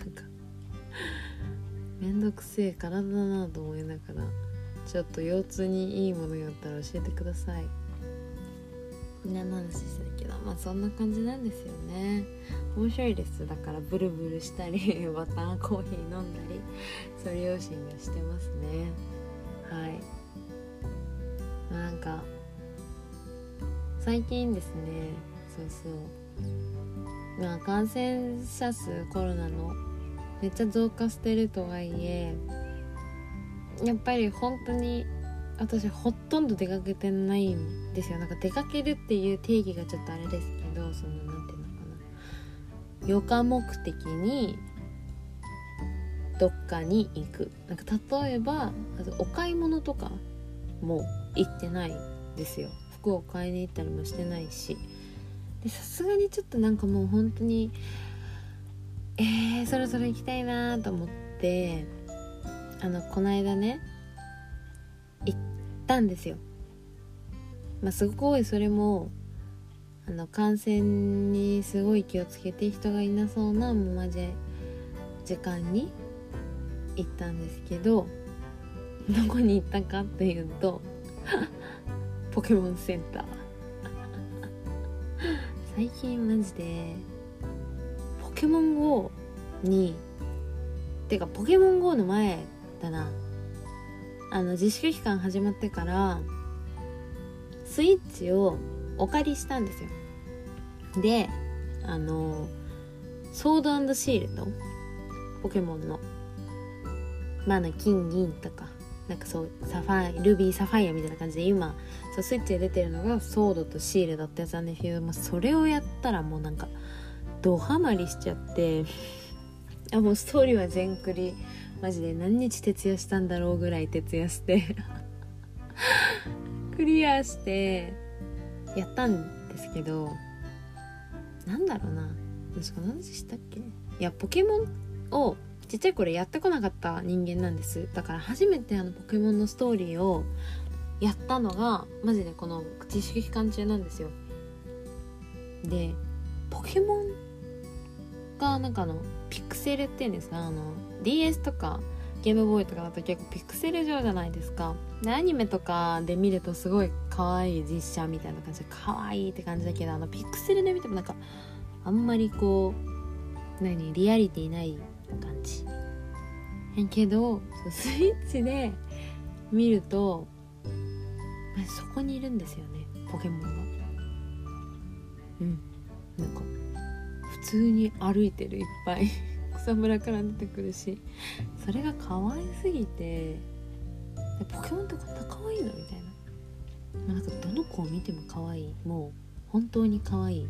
めんどくせえ体だなと思いながら、ちょっと腰痛にいいものがあったら教えてください。何の話してたけど、そんな感じなんですよね。面白いです。だからブルブルしたりバターコーヒー飲んだりそういう両親がしてますね。はい。なんか最近ですね、感染者数コロナのめっちゃ増加してるとはいえ、やっぱり本当に私ほとんど出かけてないんですよ。なんか出かけるっていう定義がちょっとあれですけど、なんていうのかな、余暇目的にどっかに行く、なんか例えばお買い物とかも行ってないですよ。服を買いに行ったりもしてないし、でさすがにちょっとなんかもう本当にそろそろ行きたいなと思って、この間ね行ったんですよ。すごいそれも感染にすごい気をつけて人がいなそうなもうマジ時間に行ったんですけど、どこに行ったかっていうとポケモンセンター最近マジでポケモン GO にてかポケモン GO の前だな、自粛期間始まってからスイッチをお借りしたんですよ。でソード&シールドポケモンの金銀とかなんかそうルビーサファイアみたいな感じで今スイッチで出てるのがソードとシールドってやつなんですけど、それをやったらもうなんかドハマりしちゃってもうストーリーは全クリ、マジで何日徹夜したんだろうぐらい徹夜してクリアしてやったんですけど、なんだろうな、確か何したっけ。いやポケモンをちっちゃい頃やってこなかった人間なんです。だから初めてポケモンのストーリーをやったのがマジでこの自粛期間中なんですよ。でポケモンがなんかピクセルっていうんですか、DS とかゲームボーイとかだと結構ピクセル上じゃないですか。でアニメとかで見るとすごい可愛い実写みたいな感じで可愛いって感じだけど、ピクセルで見てもなんかあんまりこうリアリティない感じけど、スイッチで見るとそこにいるんですよね、ポケモンが。なんか普通に歩いてる、いっぱい草むらから出てくるし、それが可愛すぎて、ポケモンってこんな可愛いのみたいな、なんかどの子を見ても可愛い、もう本当に可愛い。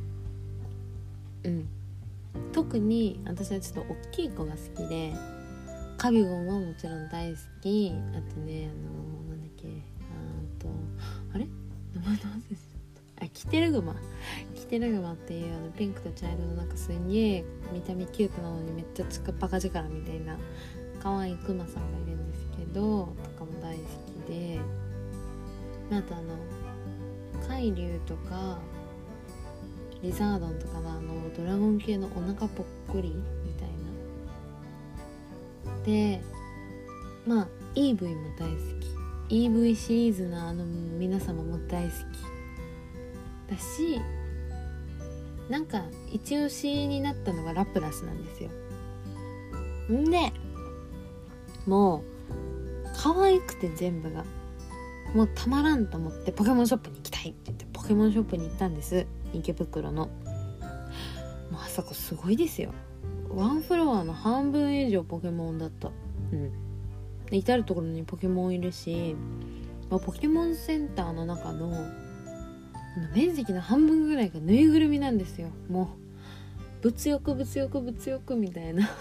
特に私はちょっと大きい子が好きで、カビゴンはもちろん大好き。あとねなんだっけ、あれ名前の話です。キテルグマっていうピンクと茶色のなんかすんげえ見た目キュートなのにめっちゃバカ力みたいな可愛いクマさんがいるんですけどとかも大好きで、あと海竜とかリザードンとかのドラゴン系のお腹ぽっこりみたいなで、EV も大好き、 EV シリーズの皆様も大好きだし、なんか一押しになったのがラプラスなんですよ。んでもう可愛くて全部がもうたまらんと思ってポケモンショップに行きたいって言ってポケモンショップに行ったんです。池袋の。もうあそこすごいですよ。ワンフロアの半分以上ポケモンだった。 至る所にポケモンいるし、ポケモンセンターの中の面積の半分ぐらいがぬいぐるみなんですよ。もう物欲みたいな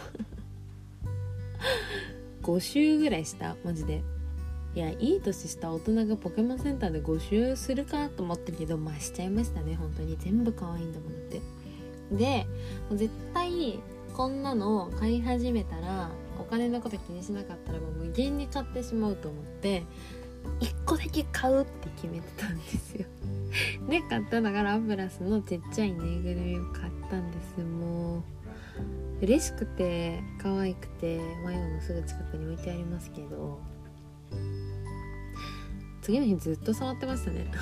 5周ぐらいしたマジで。いや、いい年した大人がポケモンセンターで5周するかと思ったけど、しちゃいましたね。本当に全部可愛いんだもんって。で絶対こんなの買い始めたら、お金のこと気にしなかったらもう無限に買ってしまうと思って1個だけ買うって決めてたんですよで買ったのがラプラスのちっちゃいぬいぐるみを買ったんです。もう嬉しくて可愛くて、迷子のすぐ近くに置いてありますけど、次の日ずっと触ってましたね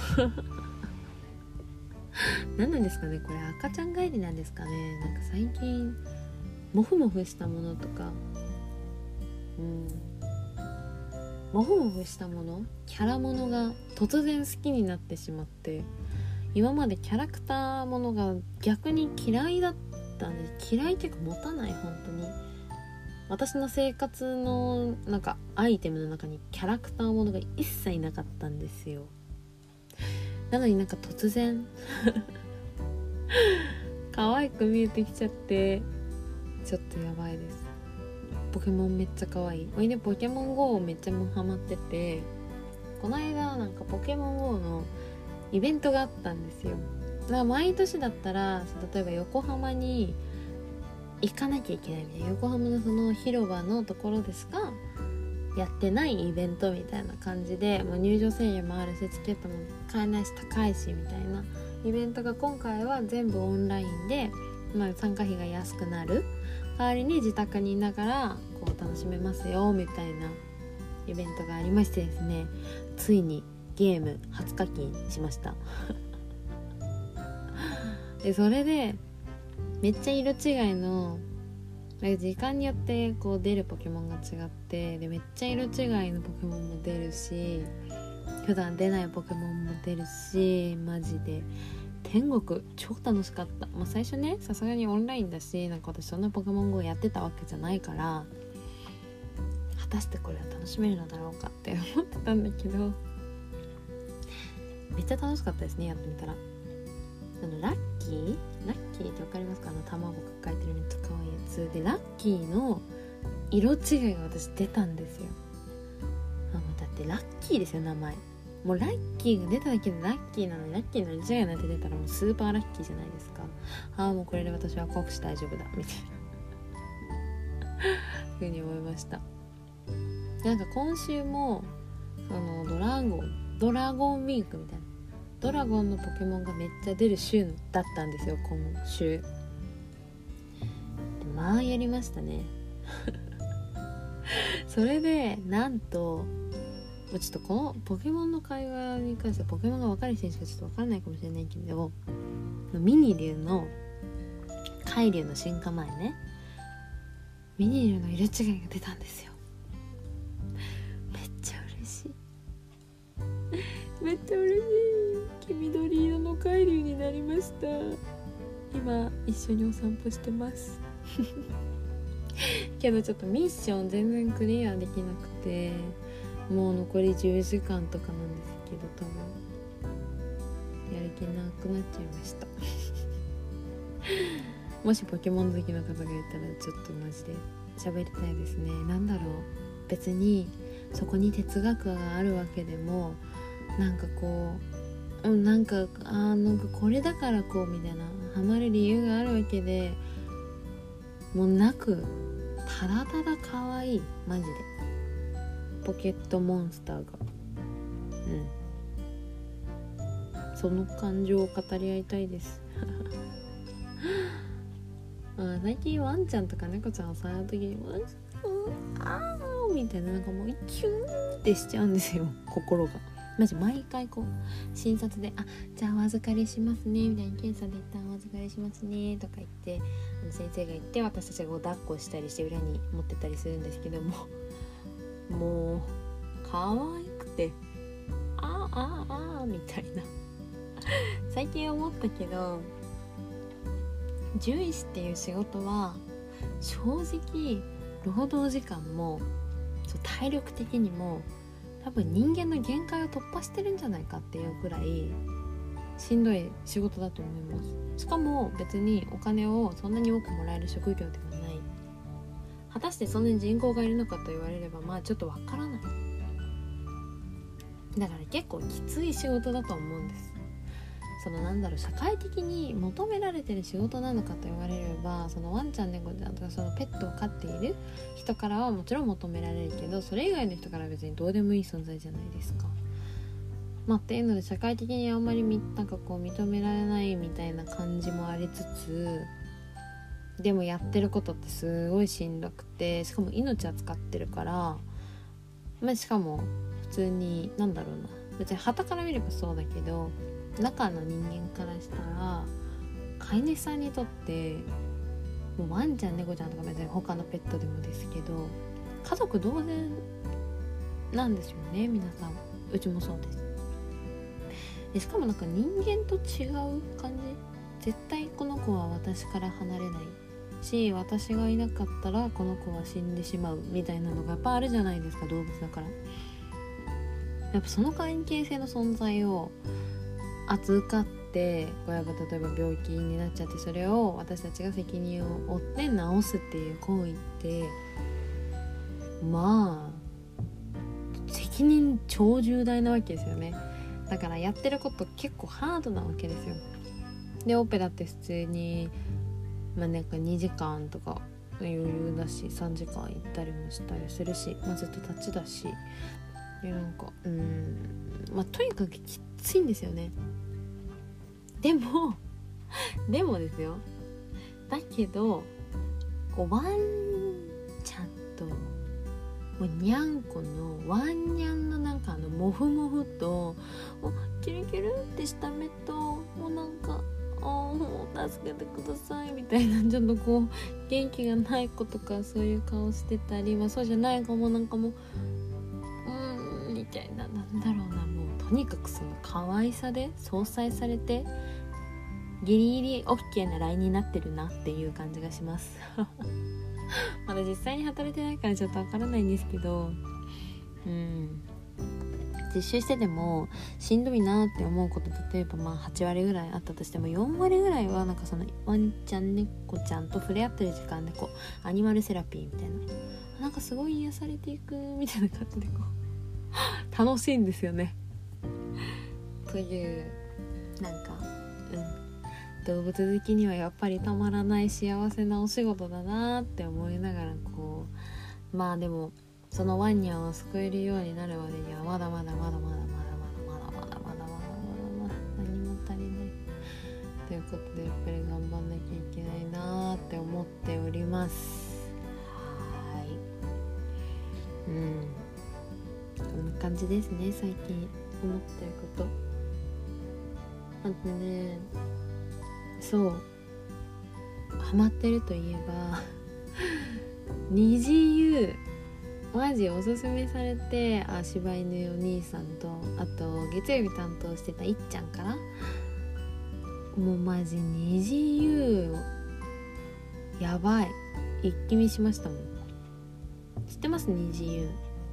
何なんですかねこれ、赤ちゃん帰りなんですかね。なんか最近モフモフしたものとか、モフモフしたもの、キャラものが突然好きになってしまって、今までキャラクターものが逆に嫌いだったんで、嫌いっていうか持たない、本当に私の生活のなんかアイテムの中にキャラクターものが一切なかったんですよ。なのになんか突然可愛く見えてきちゃって、ちょっとやばいです。ポケモンめっちゃ可愛い。おいでポケモン GO めっちゃもうハマってて、この間なんかポケモン GO のイベントがあったんですよ。だから毎年だったら例えば横浜に行かなきゃいけないみたいな、横浜のその広場のところでしかやってないイベントみたいな感じで、入場制限もあるしチケットも買えないし高いしみたいなイベントが今回は全部オンラインで、参加費が安くなる代わりに自宅にいながらこう楽しめますよみたいなイベントがありましてですね、ついにゲーム初課金しましたでそれでめっちゃ色違いの、時間によってこう出るポケモンが違って、でめっちゃ色違いのポケモンも出るし、普段出ないポケモンも出るし、マジで天国、超楽しかった。最初ね、さすがにオンラインだし、なんか私そんなポケモン GO やってたわけじゃないから、果たしてこれは楽しめるのだろうかって思ってたんだけど、めっちゃ楽しかったですね、やってみたら。ラッキーってわかりますか？卵抱えてるめっちゃ可愛いやつで、ラッキーの色違いが私出たんですよ。だってラッキーですよ、名前。もうラッキーが出ただけでラッキーなのに、ラッキーの色違いなんて出たらもうスーパーラッキーじゃないですか。もうこれで私は国士大丈夫だみたいなふうに思いました。なんか今週もドラゴンウィークみたいな、ドラゴンのポケモンがめっちゃ出る週だったんですよ、今週で。やりましたねそれでなんと、ちょっとこのポケモンの会話に関してはポケモンが分かる人にしかちょっと分からないかもしれないけど、ミニリュウの海竜の進化前ね、ミニリュウの色違いが出たんですよ。めっちゃ嬉しいめっちゃ嬉しい。黄緑色の海竜になりました。今一緒にお散歩してますけどちょっとミッション全然クリアできなくて、もう残り10時間とかなんですけど、多分やる気なくなっちゃいましたもしポケモン好きの方がいたらちょっとマジで喋りたいですね。なんだろう、別にそこに哲学があるわけでも、なんかこうなんかこれだからこうみたいなハマる理由があるわけでもうなく、ただただ可愛い、マジでポケットモンスターがその感情を語り合いたいです最近ワンちゃんとか猫ちゃんを触るときにみたいな、なんかもうキューってしちゃうんですよ、心が。マジ毎回こう診察でじゃあお預かりしますねみたいな、検査で一旦お預かりしますねとか言って先生が言って、私たちがこう抱っこしたりして裏に持ってったりするんですけどもう可愛くてみたいな最近思ったけど、獣医師っていう仕事は正直労働時間もそう体力的にも多分人間の限界を突破してるんじゃないかっていうくらいしんどい仕事だと思います。しかも別にお金をそんなに多くもらえる職業ではない。果たしてそんなに人口がいるのかと言われればまあちょっとわからない。だから結構きつい仕事だと思うんです。社会的に求められてる仕事なのかと言われれば、そのワンちゃん猫ちゃんとかそのペットを飼っている人からはもちろん求められるけど、それ以外の人からは別にどうでもいい存在じゃないですか。っていうので社会的にあんまり認められないみたいな感じもありつつ、でもやってることってすごいしんどくて、しかも命扱ってるから、しかも普通に別に傍から見ればそうだけど、中の人間からしたら飼い主さんにとってもうワンちゃん猫ちゃんとか別に他のペットでもですけど家族同然なんですよね。皆さん、うちもそうです。でしかも人間と違う感じ、絶対この子は私から離れないし、私がいなかったらこの子は死んでしまうみたいなのがやっぱあるじゃないですか、動物だから。やっぱその関係性の存在を預かって、例えば病気になっちゃって、それを私たちが責任を負って治すっていう行為って責任超重大なわけですよね。だからやってること結構ハードなわけですよ。でオペだって普通に2時間とか余裕だし、3時間行ったりもしたりするし、ずっと立ちだし、でとにかくきついんですよね。でもですよ、だけどワンちゃんとにゃんこのワンニャンのモフモフとキルキルってした目ともう助けてくださいみたいな、ちょっと元気がない子とかそういう顔してたり、そうじゃない子もみたいな、もうとにかくその可愛さで相殺されてギリギリ OK なラインになってるなっていう感じがしますまだ実際に働いてないからちょっとわからないんですけど、実習しててもしんどいなって思うこと、例えば8割ぐらいあったとしても4割ぐらいはそのワンちゃん猫ちゃんと触れ合ってる時間でアニマルセラピーみたいな、すごい癒されていくみたいな感じで楽しいんですよねという動物好きにはやっぱりたまらない幸せなお仕事だなって思いながらでもそのワンニャンを救えるようになるまでにはまだまだ何も足りないということで、やっぱり頑張んなきゃいけないなって思っております。こんな感じですね、最近思ってること。あとね、ハマってるといえば虹湯マジおすすめされて、柴犬お兄さんとあと月曜日担当してたいっちゃんからもうマジ虹湯やばい一気見しましたもん。知ってます？虹湯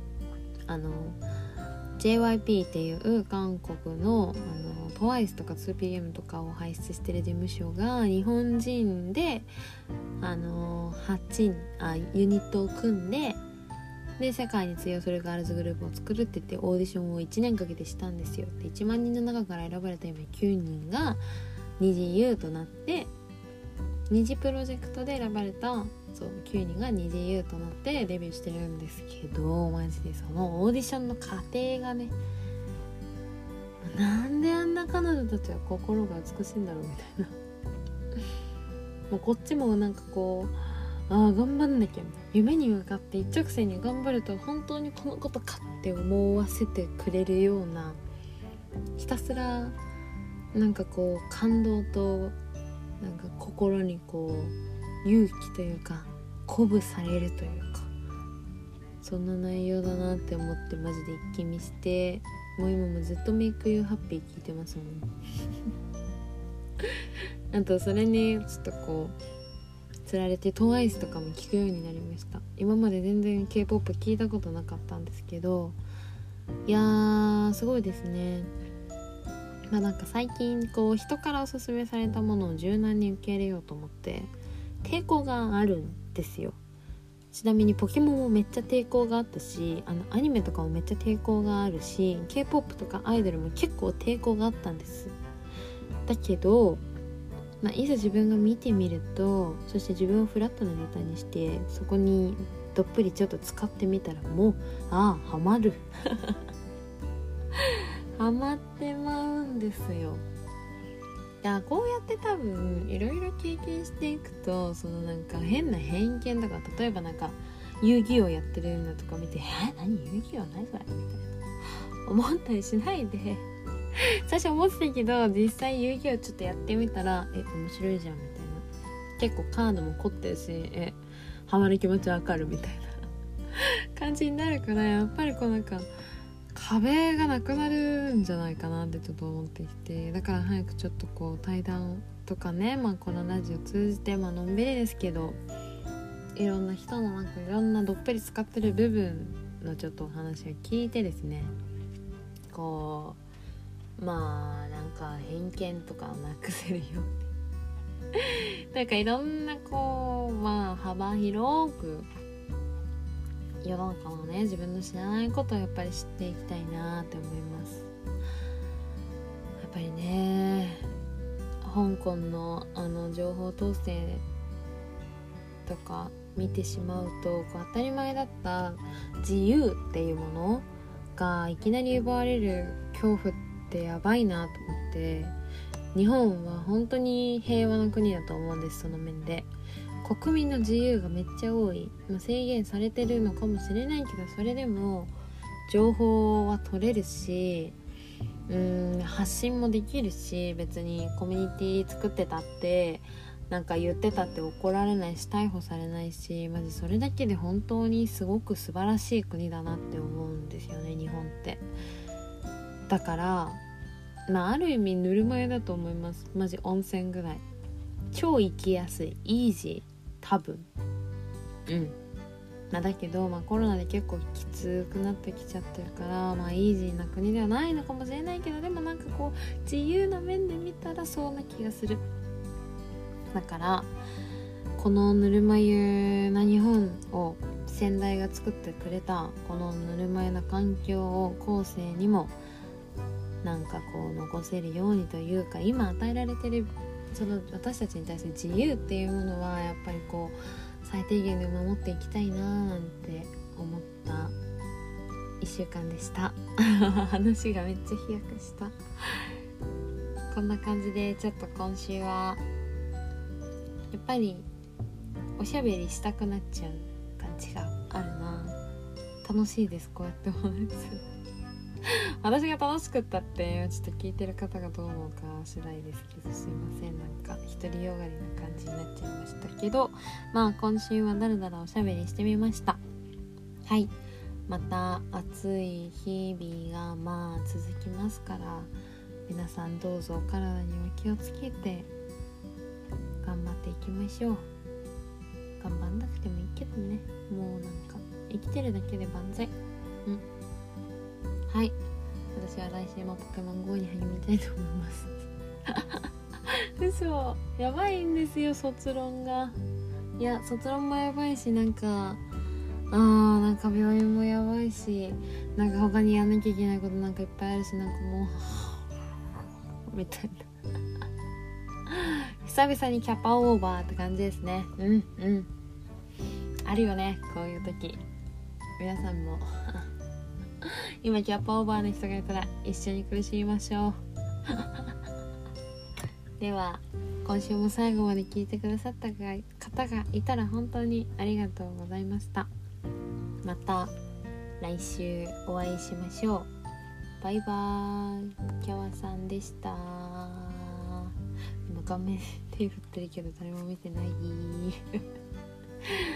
JYP っていう韓国のTWICE とか 2PM とかを輩出してる事務所が日本人でユニットを組んで世界に通用するガールズグループを作るって言ってオーディションを1年かけてしたんですよ。で1万人の中から選ばれた今9人が虹ユとなって、虹プロジェクトで選ばれた9人が虹ユとなってデビューしてるんですけど、マジでそのオーディションの過程がね、なんであんな彼女たちは心が美しいんだろうみたいなもうこっちも頑張んなきゃみたいな、夢に向かって一直線に頑張ると本当にこのことかって思わせてくれるような、ひたすら感動と心に勇気というか鼓舞されるというか、そんな内容だなって思ってマジで一気見して、もう今もずっとメイクユーハッピー聞いてますもんあとそれにちょっとつられて TWICE とかも聞くようになりました。今まで全然 K-POP 聞いたことなかったんですけど、いやーすごいですね。なんか最近こう人からおすすめされたものを柔軟に受け入れようと思って抵抗があるんですよ。ちなみにポケモンもめっちゃ抵抗があったし、アニメとかもめっちゃ抵抗があるし、 K-POP とかアイドルも結構抵抗があったんです。だけど、いざ自分が見てみると、そして自分をフラットなネタにしてそこにどっぷりちょっと使ってみたら、もうハマるハマってまうんですよ。いや、こうやって多分いろいろ経験していくと、そのなんか変な偏見とか、例えばなんか遊戯王やってるのとか見て、何遊戯王何それみたいな思ったりしないで最初思ってたけど、実際遊戯王ちょっとやってみたら面白いじゃんみたいな、結構カードも凝ってるし、ハマる気持ちわかるみたいな感じになるから、やっぱりこうなんか壁がなくなるんじゃないかなってちょっと思ってきて、だから早くちょっとこう対談とかね、このラジオ通じてのんびりですけど、いろんな人のなんかいろんなどっぷり使ってる部分のちょっとお話を聞いてですね、こうなんか偏見とかをなくせるようになんかいろんなこう幅広く世の中のね、自分の知らないことをやっぱり知っていきたいなって思います。やっぱりね、香港の情報統制とか見てしまうと、こう当たり前だった自由っていうものがいきなり奪われる恐怖ってやばいなと思って、日本は本当に平和な国だと思うんです。その面で国民の自由がめっちゃ多い、制限されてるのかもしれないけど、それでも情報は取れるし、発信もできるし、別にコミュニティ作ってたってなんか言ってたって怒られないし、逮捕されないし、マジそれだけで本当にすごく素晴らしい国だなって思うんですよね、日本って。だからある意味ぬるま湯だと思います。マジ温泉ぐらい超行きやすい、イージー、多分だけどコロナで結構きつくなってきちゃってるから、イージーな国ではないのかもしれないけど、でもなんかこう自由な面で見たらそうな気がする。だからこのぬるま湯な日本を先代が作ってくれたこのぬるま湯な環境を後世にもなんかこう残せるようにというか、今与えられてるその私たちに対する自由っていうものはやっぱりこう最低限で守っていきたいななんて思った1週間でした話がめっちゃ飛躍したこんな感じでちょっと今週はやっぱりおしゃべりしたくなっちゃう感じがあるな。楽しいです、こうやってお話する私が楽しくったってちょっと聞いてる方がどう思うか次第ですけど、すいません、なんか独りよがりな感じになっちゃいましたけど、今週はだらだらおしゃべりしてみました。はい、また暑い日々が続きますから、皆さんどうぞお体には気をつけて頑張っていきましょう。頑張んなくてもいいけどね、もうなんか生きてるだけで万歳。はい、私は来週もポケモン GO に励みたいと思います嘘、やばいんですよ、卒論が。いや、卒論もやばいし、なんか病院もやばいし、なんか他にやんなきゃいけないことなんかいっぱいあるし、なんかもうみたいな久々にキャパオーバーって感じですね。あるよね、こういう時。皆さんも今キャパオーバーの人がいたら一緒に苦しみましょうでは今週も最後まで聞いてくださった方がいたら本当にありがとうございました。また来週お会いしましょう。バイバーイ。キャワさんでした。今画面手振ってるけど誰も見てない